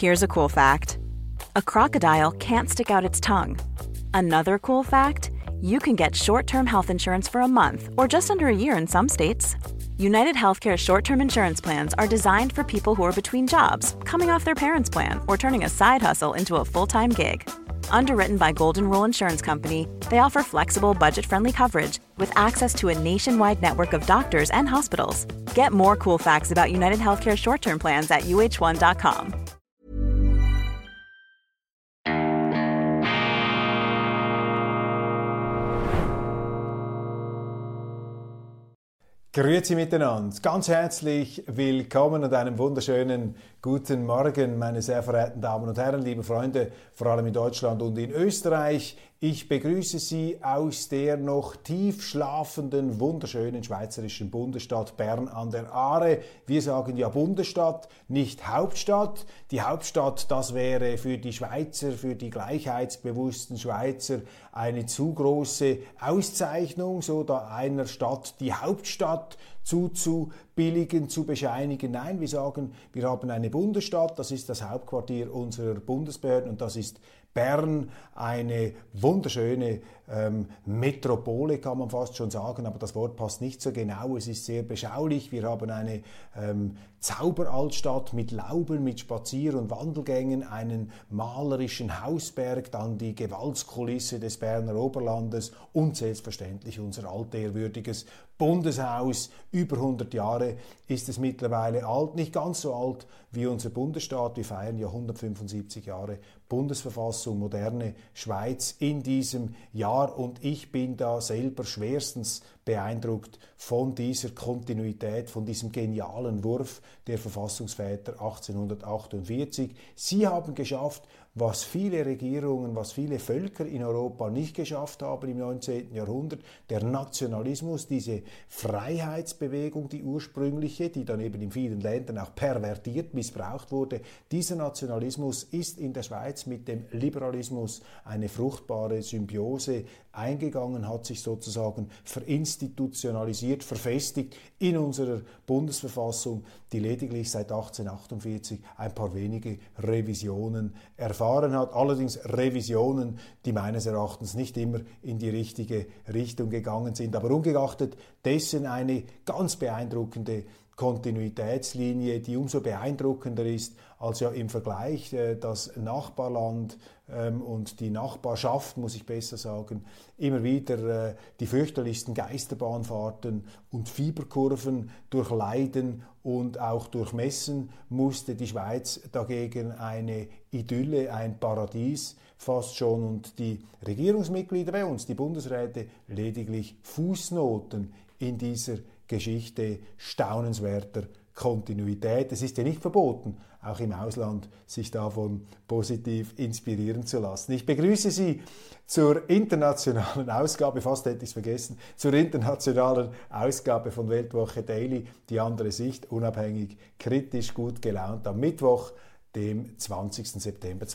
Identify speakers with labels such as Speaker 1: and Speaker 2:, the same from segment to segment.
Speaker 1: Here's a cool fact. A crocodile can't stick out its tongue. Another cool fact, you can get short-term health insurance for a month or just under a year in some states. United Healthcare short-term insurance plans are designed for people who are between jobs, coming off their parents' plan, or turning a side hustle into a full-time gig. Underwritten by Golden Rule Insurance Company, they offer flexible, budget-friendly coverage with access to a nationwide network of doctors and hospitals. Get more cool facts about United Healthcare short-term plans at uh1.com.
Speaker 2: Grüezi miteinander, ganz herzlich willkommen und einen wunderschönen guten Morgen, meine sehr verehrten Damen und Herren, liebe Freunde, vor allem in Deutschland und in Österreich. Ich begrüße Sie aus der noch tief schlafenden, wunderschönen schweizerischen Bundesstadt Bern an der Aare. Wir sagen ja Bundesstadt, nicht Hauptstadt. Die Hauptstadt, das wäre für die Schweizer, für die gleichheitsbewussten Schweizer eine zu große Auszeichnung, so da einer Stadt die Hauptstadt zuzubilligen, zu bescheinigen. Nein, wir sagen, wir haben eine Bundesstadt, das ist das Hauptquartier unserer Bundesbehörden und das ist Bern, eine wunderschöne Metropole, kann man fast schon sagen, aber das Wort passt nicht so genau, es ist sehr beschaulich. Wir haben eine Zauberaltstadt mit Lauben, mit Spazier- und Wandelgängen, einen malerischen Hausberg, dann die Gewaltskulisse des Berner Oberlandes und selbstverständlich unser altehrwürdiges Bundeshaus. Über 100 Jahre ist es mittlerweile alt, nicht ganz so alt wie unser Bundesstaat. Wir feiern ja 175 Jahre Bundesverfassung, moderne Schweiz in diesem Jahr und ich bin da selber schwerstens beeindruckt von dieser Kontinuität, von diesem genialen Wurf der Verfassungsväter 1848. Sie haben geschafft, was viele Regierungen, was viele Völker in Europa nicht geschafft haben im 19. Jahrhundert, der Nationalismus, diese Freiheitsbewegung, die ursprüngliche, die dann eben in vielen Ländern auch pervertiert, missbraucht wurde. Dieser Nationalismus ist in der Schweiz mit dem Liberalismus eine fruchtbare Symbiose eingegangen, hat sich sozusagen verinstitutionalisiert, verfestigt in unserer Bundesverfassung, die lediglich seit 1848 ein paar wenige Revisionen erfahren hat. Allerdings Revisionen, die meines Erachtens nicht immer in die richtige Richtung gegangen sind, aber ungeachtet dessen eine ganz beeindruckende Kontinuitätslinie, die umso beeindruckender ist, als ja im Vergleich das Nachbarland und die Nachbarschaft, muss ich besser sagen, immer wieder die fürchterlichsten Geisterbahnfahrten und Fieberkurven durchleiden und auch durchmessen musste. Die Schweiz dagegen eine Idylle, ein Paradies fast schon und die Regierungsmitglieder bei uns, die Bundesräte, lediglich Fußnoten in dieser Geschichte staunenswerter Kontinuität. Es ist ja nicht verboten, auch im Ausland sich davon positiv inspirieren zu lassen. Ich begrüße Sie zur internationalen Ausgabe, fast hätte ich es vergessen, zur internationalen Ausgabe von Weltwoche Daily, die andere Sicht, unabhängig, kritisch, gut gelaunt, am Mittwoch, dem 20. September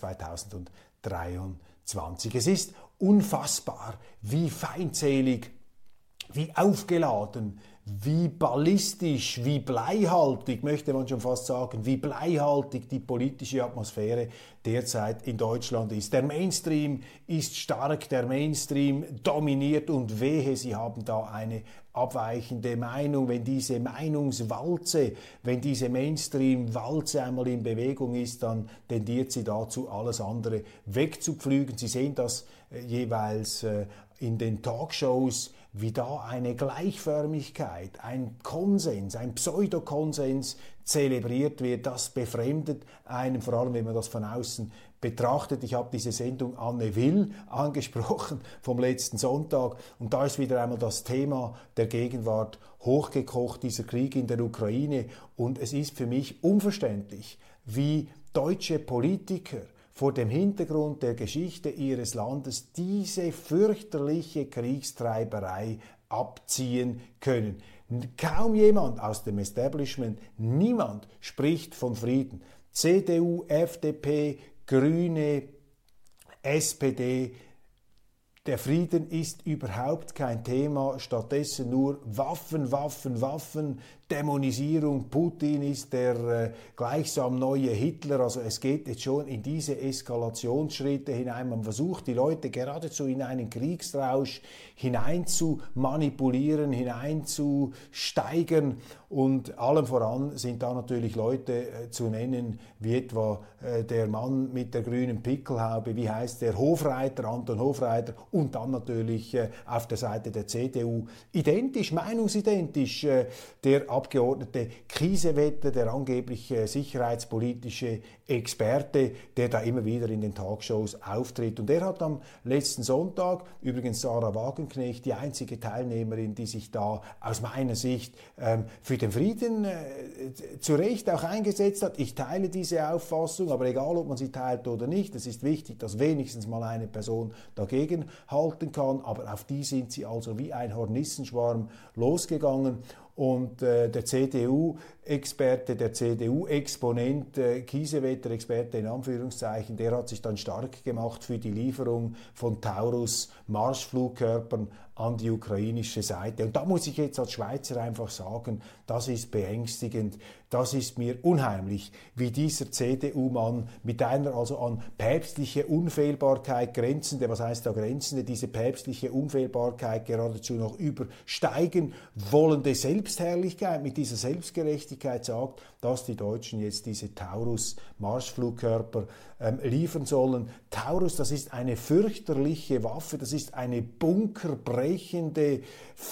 Speaker 2: 2023. Es ist unfassbar, wie feindselig, wie aufgeladen, wie ballistisch, wie bleihaltig, möchte man schon fast sagen, wie bleihaltig die politische Atmosphäre derzeit in Deutschland ist. Der Mainstream ist stark, der Mainstream dominiert und wehe, Sie haben da eine abweichende Meinung. Wenn diese Meinungswalze, wenn diese Mainstream-Walze einmal in Bewegung ist, dann tendiert sie dazu, alles andere wegzupflügen. Sie sehen das jeweils in den Talkshows, wie da eine Gleichförmigkeit, ein Konsens, ein Pseudokonsens zelebriert wird. Das befremdet einen, vor allem wenn man das von außen betrachtet. Ich habe diese Sendung Anne Will angesprochen vom letzten Sonntag und da ist wieder einmal das Thema der Gegenwart hochgekocht, dieser Krieg in der Ukraine, und es ist für mich unverständlich, wie deutsche Politiker vor dem Hintergrund der Geschichte ihres Landes diese fürchterliche Kriegstreiberei abziehen können. Kaum jemand aus dem Establishment, niemand spricht von Frieden. CDU, FDP, Grüne, SPD, der Frieden ist überhaupt kein Thema, stattdessen nur Waffen, Waffen, Waffen, Dämonisierung, Putin ist der gleichsam neue Hitler, also es geht jetzt schon in diese Eskalationsschritte hinein. Man versucht die Leute geradezu in einen Kriegsrausch hinein zu manipulieren, hineinzusteigern, und allem voran sind da natürlich Leute zu nennen, wie etwa der Mann mit der grünen Pickelhaube, wie heißt der, Hofreiter, Anton Hofreiter, und dann natürlich auf der Seite der CDU identisch, meinungsidentisch, der Abgeordnete Kiesewetter, der angeblich sicherheitspolitische Experte, der da immer wieder in den Talkshows auftritt. Und der hat am letzten Sonntag, übrigens Sarah Wagenknecht, die einzige Teilnehmerin, die sich da aus meiner Sicht für den Frieden zu Recht auch eingesetzt hat. Ich teile diese Auffassung, aber egal, ob man sie teilt oder nicht, es ist wichtig, dass wenigstens mal eine Person dagegen halten kann. Aber auf die sind sie also wie ein Hornissenschwarm losgegangen. Und der CDU-Experte, der CDU-Exponent, Kiesewetter-Experte in Anführungszeichen, der hat sich dann stark gemacht für die Lieferung von Taurus-Marschflugkörpern an die ukrainische Seite. Und da muss ich jetzt als Schweizer einfach sagen, das ist beängstigend, das ist mir unheimlich, wie dieser CDU-Mann mit einer also an päpstliche Unfehlbarkeit grenzende, was heißt da grenzende, diese päpstliche Unfehlbarkeit geradezu noch übersteigen wollende Selbstherrlichkeit, mit dieser Selbstgerechtigkeit sagt, dass die Deutschen jetzt diese Taurus-Marschflugkörper liefern sollen. Taurus, das ist eine fürchterliche Waffe, das ist eine bunkerbrechende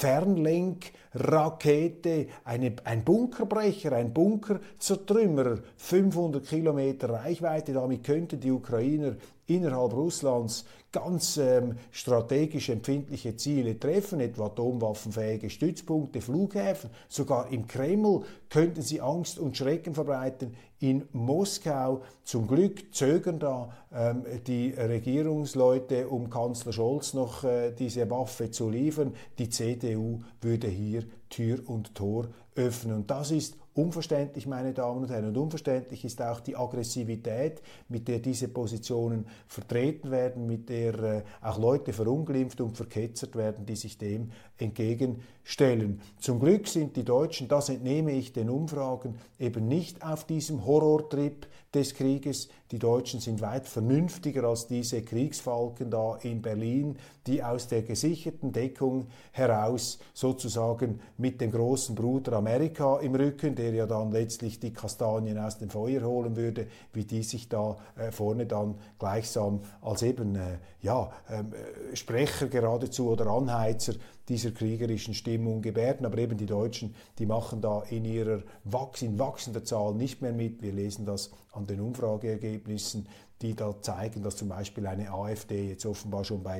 Speaker 2: Fernlenkrakete, ein Bunkerbrecher, ein Bunkerzertrümmerer, 500 Kilometer Reichweite. Damit könnten die Ukrainer innerhalb Russlands ganz strategisch empfindliche Ziele treffen, etwa atomwaffenfähige Stützpunkte, Flughäfen. Sogar im Kreml könnten sie Angst und Schrecken verbreiten. In Moskau zum Glück zögern da die Regierungsleute, um Kanzler Scholz noch diese Waffe zu liefern. Die CDU würde hier Tür und Tor öffnen. Und das ist unverständlich, meine Damen und Herren. Und unverständlich ist auch die Aggressivität, mit der diese Positionen vertreten werden, mit der auch Leute verunglimpft und verketzert werden, die sich dem entgegenstellen. Zum Glück sind die Deutschen, das entnehme ich den Umfragen, eben nicht auf diesem Horrortrip des Krieges. Die Deutschen sind weit vernünftiger als diese Kriegsfalken da in Berlin, die aus der gesicherten Deckung heraus sozusagen mit dem großen Bruder Amerika im Rücken, der ja dann letztlich die Kastanien aus dem Feuer holen würde, wie die sich da vorne dann gleichsam als eben Sprecher geradezu oder Anheizer dieser kriegerischen Stimmung gebärden. Aber eben die Deutschen, die machen da in wachsender Zahl nicht mehr mit. Wir lesen das an den Umfrageergebnissen, die da zeigen, dass zum Beispiel eine AfD jetzt offenbar schon bei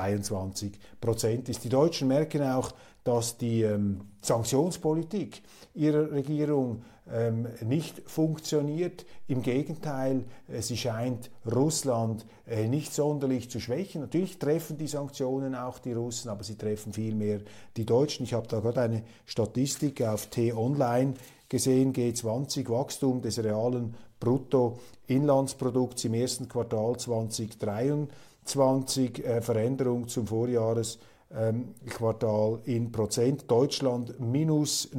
Speaker 2: 22% ist. Die Deutschen merken auch, dass die Sanktionspolitik ihrer Regierung nicht funktioniert. Im Gegenteil, sie scheint Russland nicht sonderlich zu schwächen. Natürlich treffen die Sanktionen auch die Russen, aber sie treffen vielmehr die Deutschen. Ich habe da gerade eine Statistik auf T-Online gesehen, G20, Wachstum des realen Bruttoinlandsprodukts im ersten Quartal 2023, Veränderung zum Vorjahresquartal in Prozent, Deutschland minus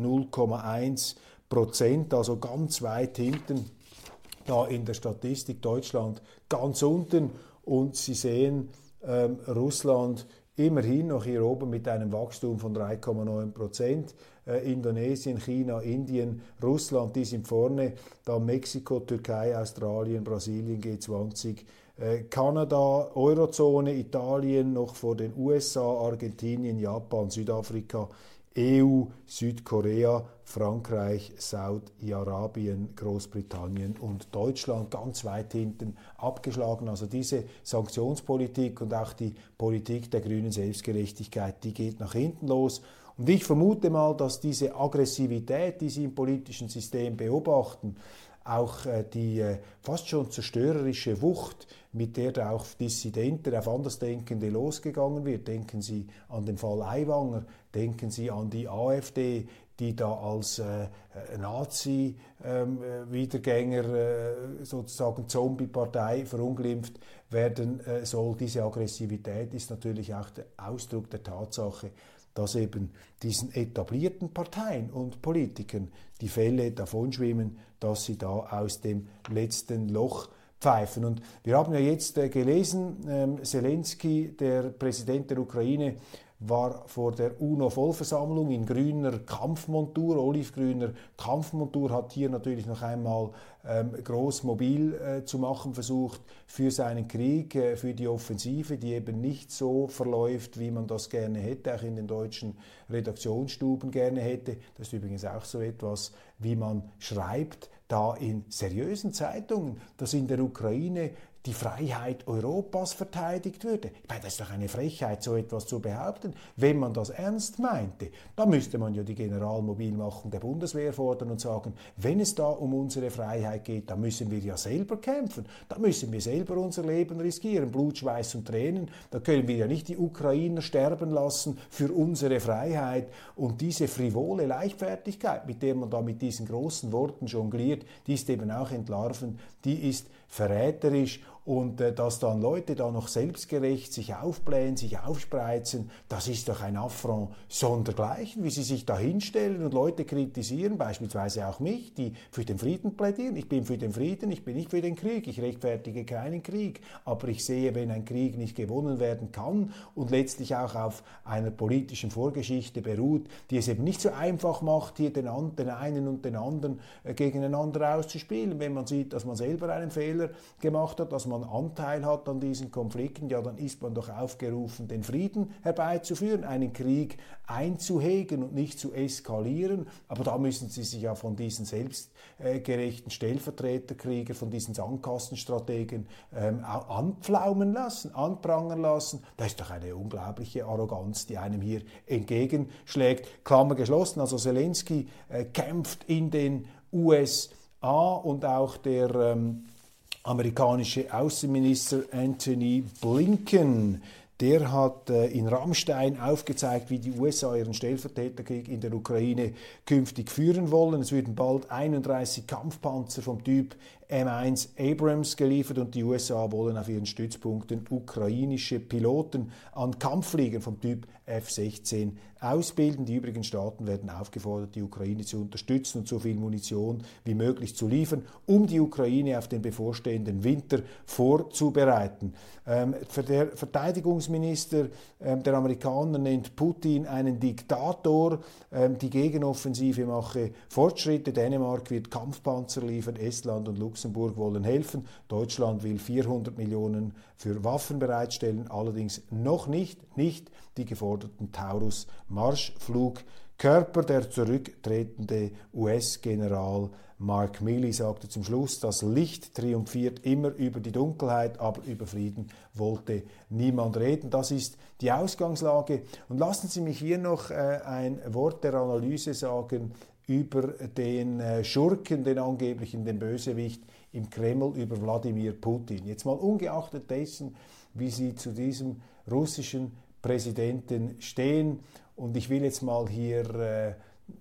Speaker 2: 0,1%, also ganz weit hinten da in der Statistik, Deutschland ganz unten, und Sie sehen Russland immerhin noch hier oben mit einem Wachstum von 3,9%. Indonesien, China, Indien, Russland, die sind vorne. Dann Mexiko, Türkei, Australien, Brasilien, G20, Kanada, Eurozone, Italien noch vor den USA, Argentinien, Japan, Südafrika, EU, Südkorea, Frankreich, Saudi-Arabien, Großbritannien und Deutschland ganz weit hinten abgeschlagen. Also diese Sanktionspolitik und auch die Politik der grünen Selbstgerechtigkeit, die geht nach hinten los. Und ich vermute mal, dass diese Aggressivität, die Sie im politischen System beobachten, auch die fast schon zerstörerische Wucht, mit der da auf Dissidenten, auf Andersdenkende losgegangen wird. Denken Sie an den Fall Aiwanger, denken Sie an die AfD, die da als Nazi-Wiedergänger sozusagen Zombie-Partei verunglimpft werden soll. Diese Aggressivität ist natürlich auch der Ausdruck der Tatsache, dass eben diesen etablierten Parteien und Politikern die Fälle davonschwimmen, dass sie da aus dem letzten Loch pfeifen. Und wir haben ja jetzt gelesen, Zelensky, der Präsident der Ukraine, war vor der UNO-Vollversammlung in grüner Kampfmontur, olivgrüner Kampfmontur, hat hier natürlich noch einmal groß mobil zu machen versucht für seinen Krieg, für die Offensive, die eben nicht so verläuft, wie man das gerne hätte, auch in den deutschen Redaktionsstuben gerne hätte. Das ist übrigens auch so etwas, wie man schreibt, da in seriösen Zeitungen, dass in der Ukraine die Freiheit Europas verteidigt würde. Ich meine, das ist doch eine Frechheit, so etwas zu behaupten. Wenn man das ernst meinte, dann müsste man ja die Generalmobilmachung der Bundeswehr fordern und sagen, wenn es da um unsere Freiheit geht, dann müssen wir ja selber kämpfen. Da müssen wir selber unser Leben riskieren, Blut, Schweiß und Tränen. Da können wir ja nicht die Ukrainer sterben lassen für unsere Freiheit. Und diese frivole Leichtfertigkeit, mit der man da mit diesen großen Worten jongliert, die ist eben auch entlarvend, die ist verräterisch. Und dass dann Leute da noch selbstgerecht sich aufblähen, sich aufspreizen, das ist doch ein Affront sondergleichen, wie sie sich da hinstellen und Leute kritisieren, beispielsweise auch mich, die für den Frieden plädieren. Ich bin für den Frieden, ich bin nicht für den Krieg, ich rechtfertige keinen Krieg. Aber ich sehe, wenn ein Krieg nicht gewonnen werden kann und letztlich auch auf einer politischen Vorgeschichte beruht, die es eben nicht so einfach macht, hier den einen und den anderen gegeneinander auszuspielen. Wenn man sieht, dass man selber einen Fehler gemacht hat, dass man Anteil hat an diesen Konflikten, ja, dann ist man doch aufgerufen, den Frieden herbeizuführen, einen Krieg einzuhegen und nicht zu eskalieren. Aber da müssen Sie sich ja von diesen selbstgerechten Stellvertreterkriegern, von diesen Sandkastenstrategen anpflaumen lassen, anprangern lassen. Das ist doch eine unglaubliche Arroganz, die einem hier entgegenschlägt. Klammer geschlossen, also Zelensky kämpft in den USA und auch der amerikanische Außenminister Antony Blinken, der hat in Ramstein aufgezeigt, wie die USA ihren Stellvertreterkrieg in der Ukraine künftig führen wollen. Es würden bald 31 Kampfpanzer vom Typ M1 Abrams geliefert und die USA wollen auf ihren Stützpunkten ukrainische Piloten an Kampffliegern vom Typ F-16 ausbilden. Die übrigen Staaten werden aufgefordert, die Ukraine zu unterstützen und so viel Munition wie möglich zu liefern, um die Ukraine auf den bevorstehenden Winter vorzubereiten. Der Verteidigungsminister der Amerikaner nennt Putin einen Diktator. Die Gegenoffensive mache Fortschritte. Dänemark wird Kampfpanzer liefern, Estland und Luxemburg wollen helfen. Deutschland will 400 Millionen für Waffen bereitstellen, allerdings noch nicht die geforderten Taurus-Marschflugkörper. Der zurücktretende US-General Mark Milley sagte zum Schluss, das Licht triumphiert immer über die Dunkelheit, aber über Frieden wollte niemand reden. Das ist die Ausgangslage. Und lassen Sie mich hier noch ein Wort der Analyse sagen über den Schurken, den angeblichen, den Bösewicht im Kreml, über Wladimir Putin. Jetzt mal ungeachtet dessen, wie Sie zu diesem russischen Präsidenten stehen. Und ich will jetzt mal hier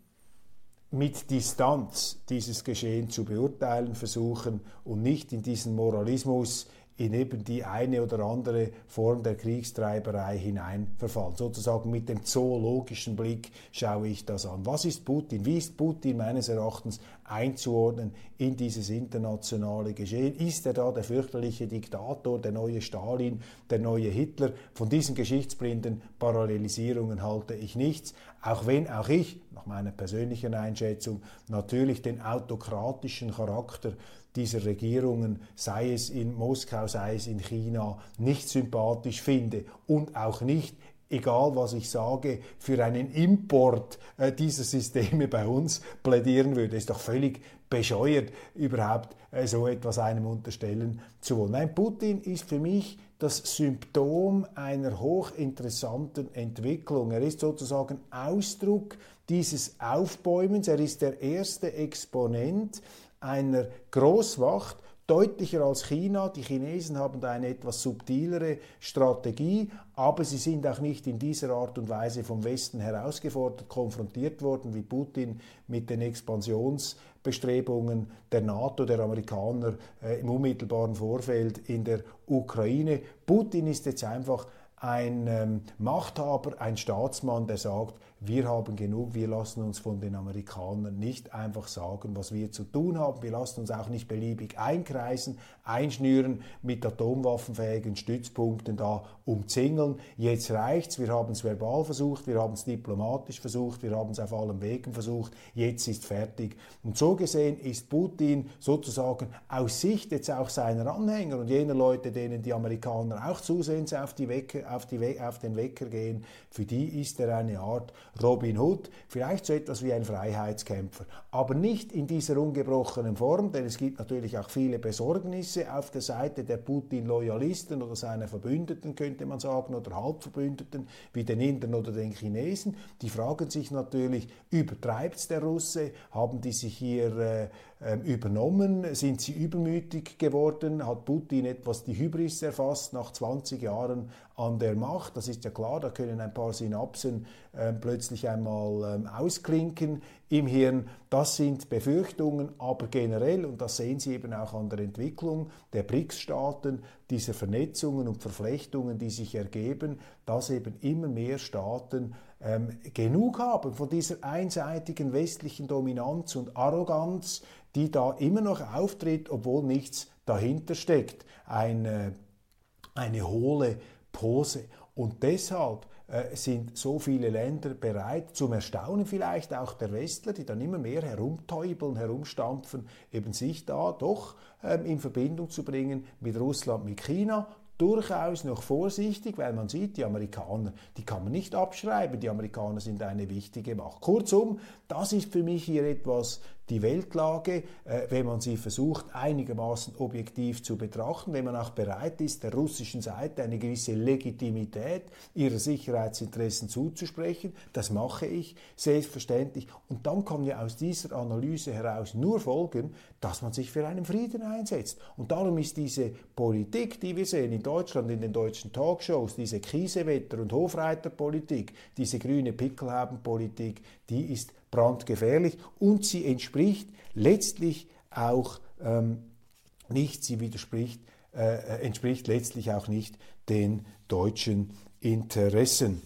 Speaker 2: mit Distanz dieses Geschehen zu beurteilen versuchen und nicht in diesen Moralismus, in eben die eine oder andere Form der Kriegstreiberei hineinverfallen. Sozusagen mit dem zoologischen Blick schaue ich das an. Was ist Putin? Wie ist Putin meines Erachtens einzuordnen in dieses internationale Geschehen? Ist er da der fürchterliche Diktator, der neue Stalin, der neue Hitler? Von diesen geschichtsblinden Parallelisierungen halte ich nichts, auch wenn auch ich, nach meiner persönlichen Einschätzung, natürlich den autokratischen Charakter dieser Regierungen, sei es in Moskau, sei es in China, nicht sympathisch finde und auch nicht, egal was ich sage, für einen Import dieser Systeme bei uns plädieren würde. Ist doch völlig bescheuert, überhaupt so etwas einem unterstellen zu wollen. Nein, Putin ist für mich das Symptom einer hochinteressanten Entwicklung. Er ist sozusagen Ausdruck dieses Aufbäumens. Er ist der erste Exponent einer Großmacht, deutlicher als China. Die Chinesen haben da eine etwas subtilere Strategie, aber sie sind auch nicht in dieser Art und Weise vom Westen herausgefordert, konfrontiert worden, wie Putin mit den Expansionsbestrebungen der NATO, der Amerikaner im unmittelbaren Vorfeld in der Ukraine. Putin ist jetzt einfach ein Machthaber, ein Staatsmann, der sagt, wir haben genug, wir lassen uns von den Amerikanern nicht einfach sagen, was wir zu tun haben. Wir lassen uns auch nicht beliebig einkreisen, einschnüren, mit atomwaffenfähigen Stützpunkten da umzingeln. Jetzt reicht's, wir haben es verbal versucht, wir haben es diplomatisch versucht, wir haben es auf allen Wegen versucht, jetzt ist fertig. Und so gesehen ist Putin sozusagen aus Sicht jetzt auch seiner Anhänger und jener Leute, denen die Amerikaner auch zusehends auf den Wecker gehen, für die ist er eine Art Robin Hood, vielleicht so etwas wie ein Freiheitskämpfer, aber nicht in dieser ungebrochenen Form, denn es gibt natürlich auch viele Besorgnisse auf der Seite der Putin-Loyalisten oder seiner Verbündeten, könnte man sagen, oder Halbverbündeten, wie den Indern oder den Chinesen. Die fragen sich natürlich, übertreibt es der Russe? Haben die sich hier übernommen? Sind sie übermütig geworden? Hat Putin etwas die Hybris erfasst nach 20 Jahren an der Macht? Das ist ja klar, da können ein paar Synapsen plötzlich einmal ausklinken im Hirn. Das sind Befürchtungen, aber generell, und das sehen Sie eben auch an der Entwicklung der BRICS-Staaten, diese Vernetzungen und Verflechtungen, die sich ergeben, dass eben immer mehr Staaten genug haben von dieser einseitigen westlichen Dominanz und Arroganz, die da immer noch auftritt, obwohl nichts dahinter steckt. Eine hohle Pose. Und deshalb sind so viele Länder bereit, zum Erstaunen vielleicht auch der Westler, die dann immer mehr herumtäubeln, herumstampfen, eben sich da doch in Verbindung zu bringen mit Russland, mit China. Durchaus noch vorsichtig, weil man sieht, die Amerikaner, die kann man nicht abschreiben, die Amerikaner sind eine wichtige Macht. Kurzum, das ist für mich hier etwas die Weltlage, wenn man sie versucht einigermaßen objektiv zu betrachten, wenn man auch bereit ist, der russischen Seite eine gewisse Legitimität ihrer Sicherheitsinteressen zuzusprechen. Das mache ich selbstverständlich. Und dann kann ja aus dieser Analyse heraus nur folgen, dass man sich für einen Frieden einsetzt. Und darum ist diese Politik, die wir sehen in Deutschland, in den deutschen Talkshows, diese Kiesewetter- und Hofreiterpolitik, diese grüne Pickelhaubenpolitik, die ist brandgefährlich und sie entspricht letztlich auch entspricht letztlich auch nicht den deutschen Interessen.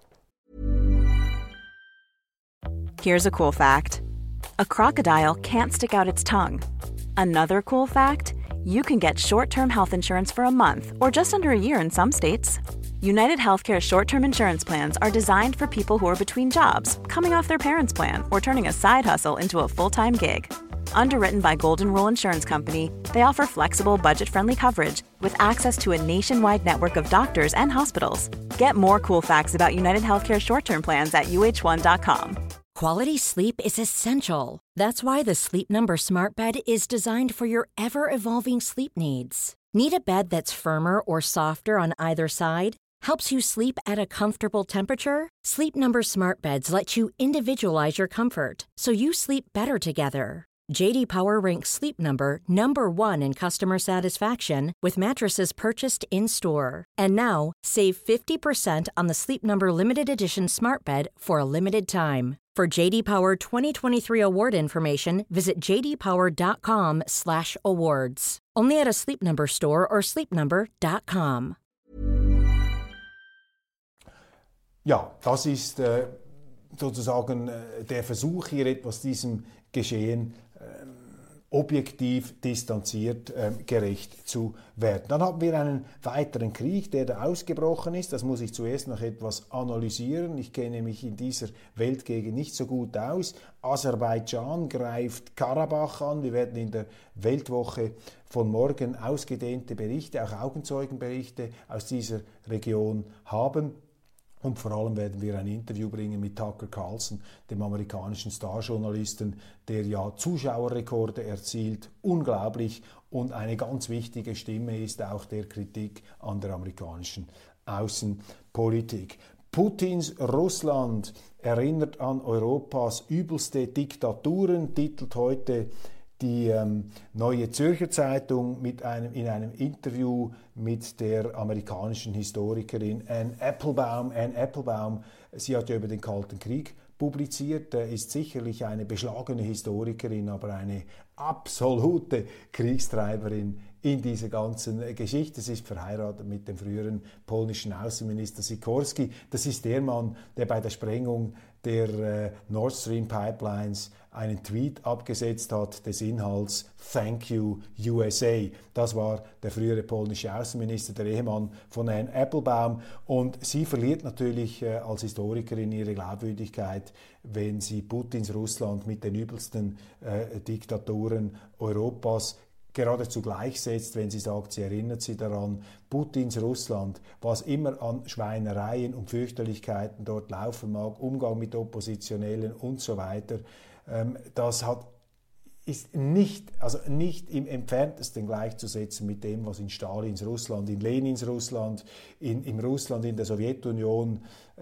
Speaker 1: Here's a cool fact. A crocodile can't stick out its tongue. Another cool fact, you can get short-term health insurance for a month or just under a year in some states. United Healthcare short-term insurance plans are designed for people who are between jobs, coming off their parents' plan, or turning a side hustle into a full-time gig. Underwritten by Golden Rule Insurance Company, they offer flexible, budget-friendly coverage with access to a nationwide network of doctors and hospitals. Get more cool facts about United Healthcare short-term plans at uh1.com.
Speaker 3: Quality sleep is essential. That's why the Sleep Number Smart Bed is designed for your ever-evolving sleep needs. Need a bed that's firmer or softer on either side? Helps you sleep at a comfortable temperature? Sleep Number Smart Beds let you individualize your comfort, so you sleep better together. J.D. Power ranks Sleep Number number 1 in customer satisfaction with mattresses purchased in-store. And now, save 50% on the Sleep Number Limited Edition Smart Bed for a limited time. For J.D. Power 2023 award information, visit jdpower.com/awards. Only at a Sleep Number store or sleepnumber.com.
Speaker 2: Ja, das ist sozusagen der Versuch, hier etwas diesem Geschehen objektiv, distanziert, gerecht zu werden. Dann haben wir einen weiteren Krieg, der da ausgebrochen ist. Das muss ich zuerst noch etwas analysieren. Ich kenne mich in dieser Weltgegend nicht so gut aus. Aserbaidschan greift Karabach an. Wir werden in der Weltwoche von morgen ausgedehnte Berichte, auch Augenzeugenberichte aus dieser Region haben. Und vor allem werden wir ein Interview bringen mit Tucker Carlson, dem amerikanischen Starjournalisten, der ja Zuschauerrekorde erzielt, unglaublich, und eine ganz wichtige Stimme ist auch der Kritik an der amerikanischen Außenpolitik. Putins Russland erinnert an Europas übelste Diktaturen, titelt heute die Neue Zürcher Zeitung in einem Interview mit der amerikanischen Historikerin Anne Applebaum. Anne Applebaum, sie hat ja über den Kalten Krieg publiziert, ist sicherlich eine beschlagene Historikerin, aber eine absolute Kriegstreiberin in dieser ganzen Geschichte. Sie ist verheiratet mit dem früheren polnischen Außenminister Sikorski. Das ist der Mann, der bei der Sprengung der Nord Stream Pipelines einen Tweet abgesetzt hat des Inhalts "Thank you USA". Das war der frühere polnische Außenminister, der Ehemann von Herrn Applebaum. Und sie verliert natürlich als Historikerin ihre Glaubwürdigkeit, wenn sie Putins Russland mit den übelsten Diktaturen Europas geradezu gleichsetzt, wenn sie sagt, sie erinnert sie daran, Putins Russland, was immer an Schweinereien und Fürchterlichkeiten dort laufen mag, Umgang mit Oppositionellen und so weiter, das ist nicht im Entferntesten gleichzusetzen mit dem, was in Stalins Russland, in Lenins Russland, im Russland in der Sowjetunion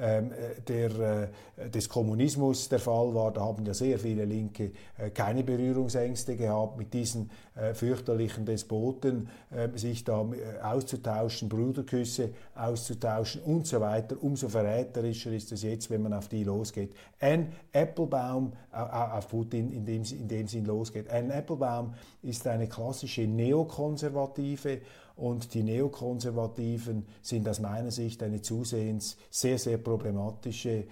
Speaker 2: des Kommunismus der Fall war. Da haben ja sehr viele Linke keine Berührungsängste gehabt, mit diesen fürchterlichen Despoten sich da auszutauschen, Bruderküsse auszutauschen und so weiter. Umso verräterischer ist es jetzt, wenn man auf die losgeht. Anne Applebaum, auf Putin in dem Sinn losgeht. Anne Applebaum ist eine klassische Neokonservative, und die Neokonservativen sind aus meiner Sicht eine zusehends sehr, sehr problematische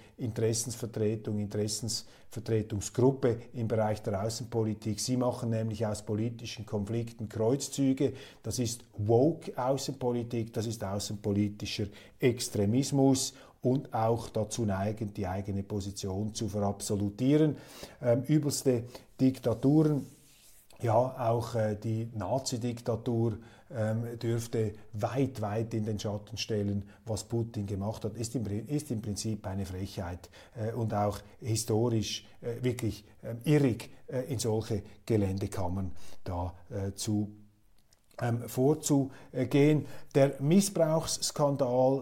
Speaker 2: Interessensvertretungsgruppe im Bereich der Außenpolitik. Sie machen nämlich aus politischen Konflikten Kreuzzüge. Das ist Woke-Außenpolitik, das ist außenpolitischer Extremismus und auch dazu neigend, die eigene Position zu verabsolutieren. Übelste Diktaturen, ja, auch die Nazi-Diktatur dürfte weit, weit in den Schatten stellen, was Putin gemacht hat, ist im Prinzip eine Frechheit und auch historisch wirklich irrig, in solche Geländekammern da vorzugehen. Der Missbrauchsskandal,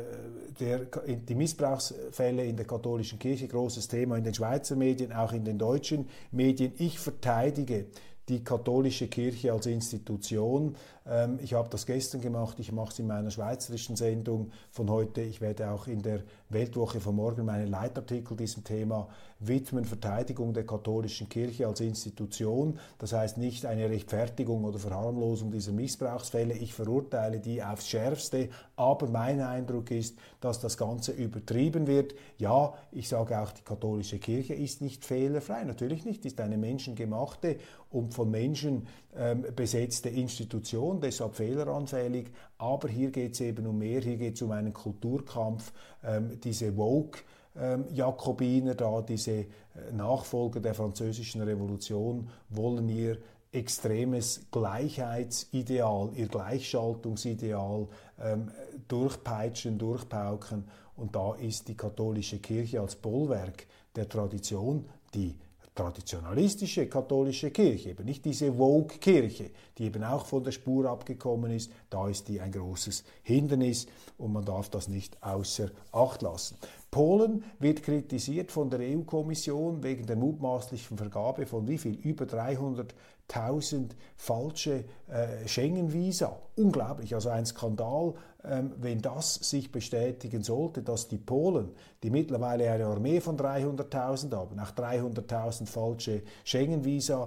Speaker 2: die Missbrauchsfälle in der katholischen Kirche, großes Thema in den Schweizer Medien, auch in den deutschen Medien. Ich verteidige die katholische Kirche als Institution. Ich habe das gestern gemacht, ich mache es in meiner schweizerischen Sendung von heute. Ich werde auch in der Weltwoche von morgen meinen Leitartikel diesem Thema widmen, Verteidigung der katholischen Kirche als Institution. Das heißt nicht eine Rechtfertigung oder Verharmlosung dieser Missbrauchsfälle. Ich verurteile die aufs Schärfste, aber mein Eindruck ist, dass das Ganze übertrieben wird. Ja, ich sage auch, die katholische Kirche ist nicht fehlerfrei, natürlich nicht, ist eine menschengemachte und von Menschen besetzte Institution, deshalb fehleranfällig, aber hier geht es eben um mehr, hier geht es um einen Kulturkampf, diese Woke-Jakobiner da, diese Nachfolger der französischen Revolution wollen ihr extremes Gleichheitsideal, ihr Gleichschaltungsideal durchpeitschen, durchpauken und da ist die katholische Kirche als Bollwerk der Tradition, die traditionalistische katholische Kirche, eben nicht diese Woke-Kirche, die eben auch von der Spur abgekommen ist, da ist die ein großes Hindernis und man darf das nicht außer Acht lassen. Polen wird kritisiert von der EU-Kommission wegen der mutmaßlichen Vergabe von wie viel? Über 300.000 falsche Schengen-Visa. Unglaublich, also ein Skandal, wenn das sich bestätigen sollte, dass die Polen, die mittlerweile eine Armee von 300.000 haben, auch 300.000 falsche Schengen-Visa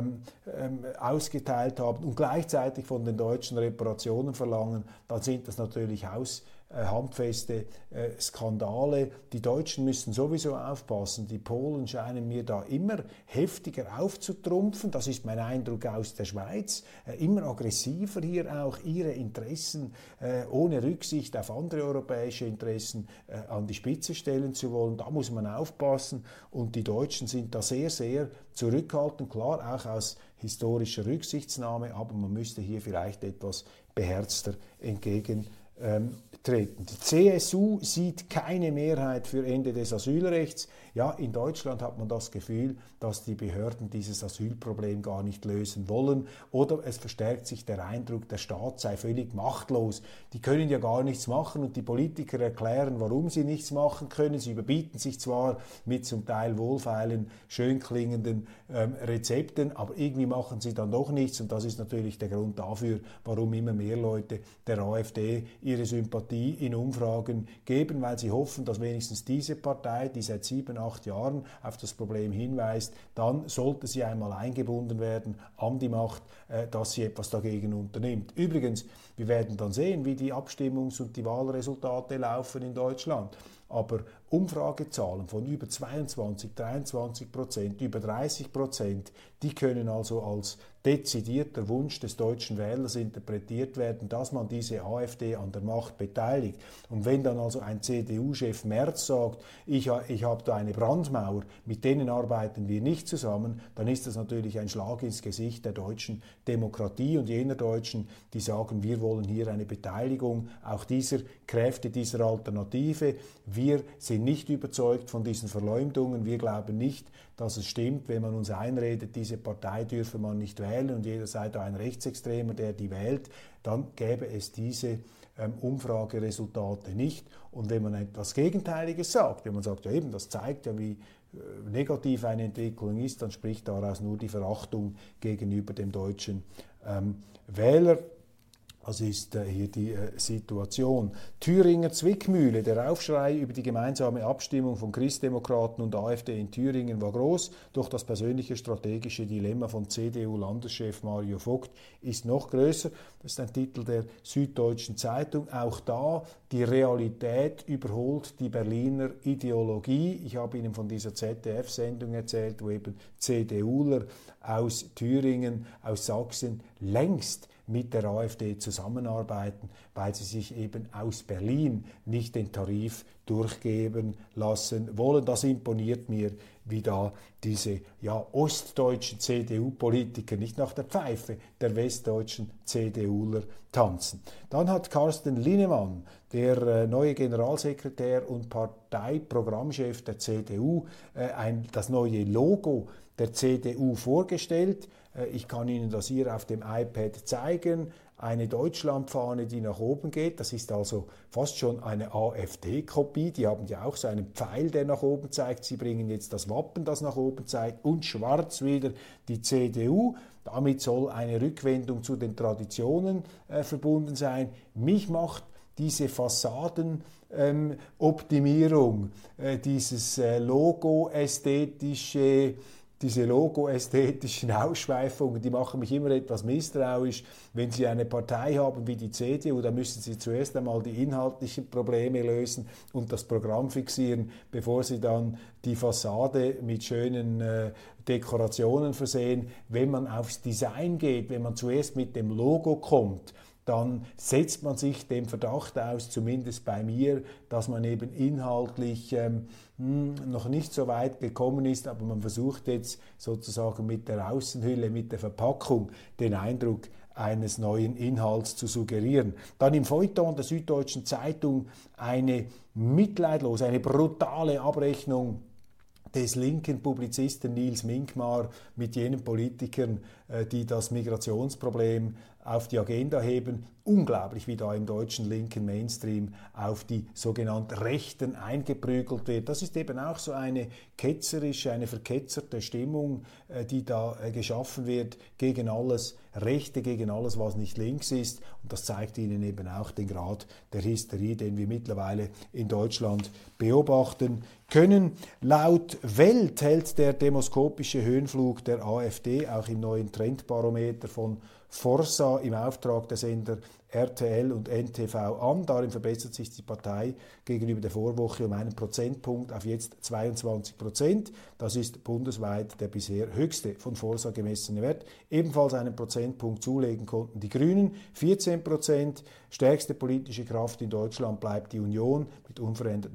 Speaker 2: ausgeteilt haben und gleichzeitig von den Deutschen Reparationen verlangen, dann sind das natürlich handfeste Skandale. Die Deutschen müssen sowieso aufpassen. Die Polen scheinen mir da immer heftiger aufzutrumpfen. Das ist mein Eindruck aus der Schweiz. Immer aggressiver hier auch ihre Interessen ohne Rücksicht auf andere europäische Interessen an die Spitze stellen zu wollen. Da muss man aufpassen. Und die Deutschen sind da sehr, sehr zurückhaltend. Klar, auch aus historischer Rücksichtnahme, aber man müsste hier vielleicht etwas beherzter entgegentreten. Die CSU sieht keine Mehrheit für Ende des Asylrechts. Ja, in Deutschland hat man das Gefühl, dass die Behörden dieses Asylproblem gar nicht lösen wollen. Oder es verstärkt sich der Eindruck, der Staat sei völlig machtlos. Die können ja gar nichts machen und die Politiker erklären, warum sie nichts machen können. Sie überbieten sich zwar mit zum Teil wohlfeilen, schön klingenden Rezepten, aber irgendwie machen sie dann doch nichts. Und das ist natürlich der Grund dafür, warum immer mehr Leute der AfD ihre Sympathie in Umfragen geben, weil sie hoffen, dass wenigstens diese Partei, die seit 7, 8 Jahren auf das Problem hinweist, dann, sollte sie einmal eingebunden werden an die Macht, dass sie etwas dagegen unternimmt. Übrigens, wir werden dann sehen, wie die Abstimmungs- und die Wahlresultate laufen in Deutschland. Aber Umfragezahlen von über 22, 23%, über 30%, die können also als dezidierter Wunsch des deutschen Wählers interpretiert werden, dass man diese AfD an der Macht beteiligt. Und wenn dann also ein CDU-Chef Merz sagt, ich habe da eine Brandmauer, mit denen arbeiten wir nicht zusammen, dann ist das natürlich ein Schlag ins Gesicht der deutschen Demokratie und jener Deutschen, die sagen, wir wollen hier eine Beteiligung auch dieser Kräfte, dieser Alternative. Wir sind nicht überzeugt von diesen Verleumdungen. Wir glauben nicht, dass es stimmt, wenn man uns einredet, diese Partei dürfe man nicht wählen und jeder sei da ein Rechtsextremer, der die wählt. Dann gäbe es diese Umfrageresultate nicht. Und wenn man etwas Gegenteiliges sagt, wenn man sagt, ja eben, das zeigt ja, wie negativ eine Entwicklung ist, dann spricht daraus nur die Verachtung gegenüber dem deutschen Wähler. Das ist hier die Situation. Thüringer Zwickmühle. Der Aufschrei über die gemeinsame Abstimmung von Christdemokraten und AfD in Thüringen war groß, doch das persönliche strategische Dilemma von CDU-Landeschef Mario Vogt ist noch größer. Das ist ein Titel der Süddeutschen Zeitung. Auch da, die Realität überholt die Berliner Ideologie. Ich habe Ihnen von dieser ZDF-Sendung erzählt, wo eben CDUler aus Thüringen, aus Sachsen längst mit der AfD zusammenarbeiten, weil sie sich eben aus Berlin nicht den Tarif durchgeben lassen wollen. Das imponiert mir, wie da diese ostdeutschen CDU-Politiker nicht nach der Pfeife der westdeutschen CDUler tanzen. Dann hat Carsten Linnemann, der neue Generalsekretär und Parteiprogrammchef der CDU, das neue Logo der CDU vorgestellt. Ich kann Ihnen das hier auf dem iPad zeigen. Eine Deutschlandfahne, die nach oben geht. Das ist also fast schon eine AfD-Kopie. Die haben ja auch so einen Pfeil, der nach oben zeigt. Sie bringen jetzt das Wappen, das nach oben zeigt, und schwarz wieder die CDU. Damit soll eine Rückwendung zu den Traditionen verbunden sein. Mich macht diese Fassadenoptimierung, diese logoästhetischen Ausschweifungen, die machen mich immer etwas misstrauisch. Wenn Sie eine Partei haben wie die CDU, dann müssen Sie zuerst einmal die inhaltlichen Probleme lösen und das Programm fixieren, bevor Sie dann die Fassade mit schönen Dekorationen versehen. Wenn man aufs Design geht, wenn man zuerst mit dem Logo kommt, dann setzt man sich dem Verdacht aus, zumindest bei mir, dass man eben inhaltlich noch nicht so weit gekommen ist, aber man versucht jetzt sozusagen mit der Außenhülle, mit der Verpackung den Eindruck eines neuen Inhalts zu suggerieren. Dann im Feuilleton der Süddeutschen Zeitung eine mitleidlose, eine brutale Abrechnung des linken Publizisten Nils Minkmar mit jenen Politikern, die das Migrationsproblem auf die Agenda heben. Unglaublich, wie da im deutschen linken Mainstream auf die sogenannten Rechten eingeprügelt wird. Das ist eben auch so eine ketzerische, eine verketzerte Stimmung, die da geschaffen wird gegen alles Rechte, gegen alles, was nicht links ist. Und das zeigt Ihnen eben auch den Grad der Hysterie, den wir mittlerweile in Deutschland beobachten können. Laut Welt hält der demoskopische Höhenflug der AfD auch im neuen Trendbarometer von Forsa im Auftrag der Sender RTL und NTV an. Darin verbessert sich die Partei gegenüber der Vorwoche um einen Prozentpunkt auf jetzt 22%. Das ist bundesweit der bisher höchste von Forsa gemessene Wert. Ebenfalls einen Prozentpunkt zulegen konnten die Grünen, 14%. Stärkste politische Kraft in Deutschland bleibt die Union mit unveränderten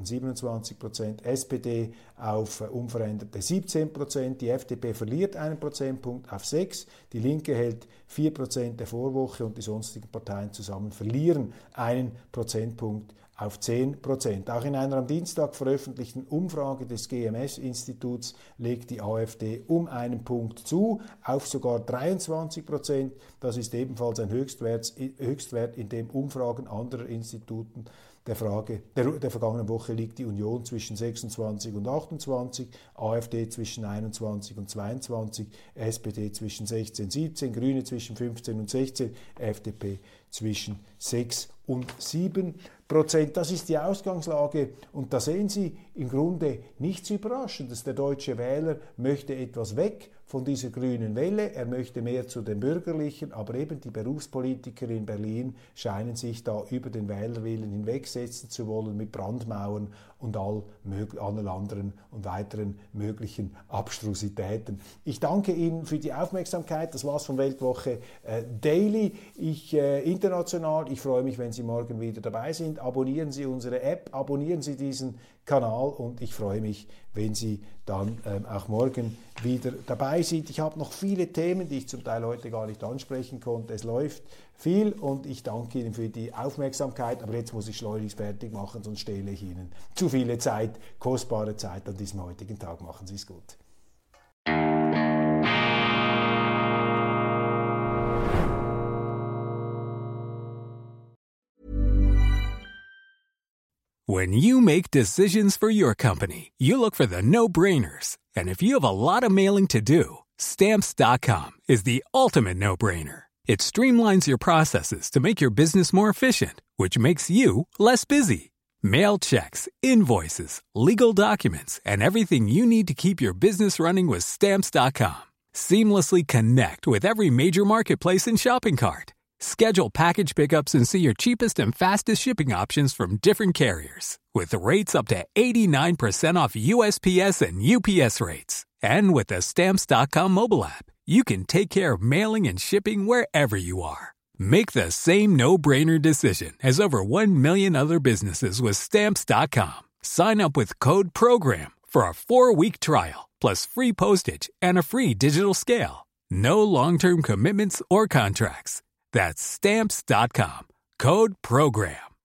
Speaker 2: 27%. SPD auf unveränderte 17%. Die FDP verliert einen Prozentpunkt auf 6%. Die Linke hält 4% der Vorwoche und die sonstigen Parteien zusammen verlieren einen Prozentpunkt auf 10%. Auch in einer am Dienstag veröffentlichten Umfrage des GMS-Instituts legt die AfD um einen Punkt zu, auf sogar 23%. Das ist ebenfalls ein Höchstwert, in dem Umfragen anderer Instituten der vergangenen Woche liegt die Union zwischen 26 und 28, AfD zwischen 21 und 22, SPD zwischen 16 und 17, Grüne zwischen 15 und 16, FDP zwischen 6 und 7%. Das ist die Ausgangslage und da sehen Sie im Grunde nichts Überraschendes. Der deutsche Wähler möchte etwas weg von dieser grünen Welle, er möchte mehr zu den Bürgerlichen, aber eben die Berufspolitiker in Berlin scheinen sich da über den Wählerwillen hinwegsetzen zu wollen mit Brandmauern und allen anderen und weiteren möglichen Abstrusitäten. Ich danke Ihnen für die Aufmerksamkeit. Das war's von Weltwoche Daily. International. Ich freue mich, wenn Sie morgen wieder dabei sind. Abonnieren Sie unsere App, abonnieren Sie diesen Kanal und ich freue mich, wenn Sie dann auch morgen wieder dabei sind. Ich habe noch viele Themen, die ich zum Teil heute gar nicht ansprechen konnte. Es läuft viel und ich danke Ihnen für die Aufmerksamkeit. Aber jetzt muss ich schleunigst fertig machen, sonst stehle ich Ihnen zu viele Zeit, kostbare Zeit an diesem heutigen Tag. Machen Sie es gut.
Speaker 4: When you make decisions for your company, you look for the no-brainers. And if you have a lot of mailing to do, Stamps.com is the ultimate no-brainer. It streamlines your processes to make your business more efficient, which makes you less busy. Mail checks, invoices, legal documents, and everything you need to keep your business running with Stamps.com. Seamlessly connect with every major marketplace and shopping cart. Schedule package pickups and see your cheapest and fastest shipping options from different carriers. With rates up to 89% off USPS and UPS rates. And with the Stamps.com mobile app, you can take care of mailing and shipping wherever you are. Make the same no-brainer decision as over 1 million other businesses with Stamps.com. Sign up with code PROGRAM for a 4-week trial, plus free postage and a free digital scale. No long-term commitments or contracts. That's Stamps.com. Code PROGRAM.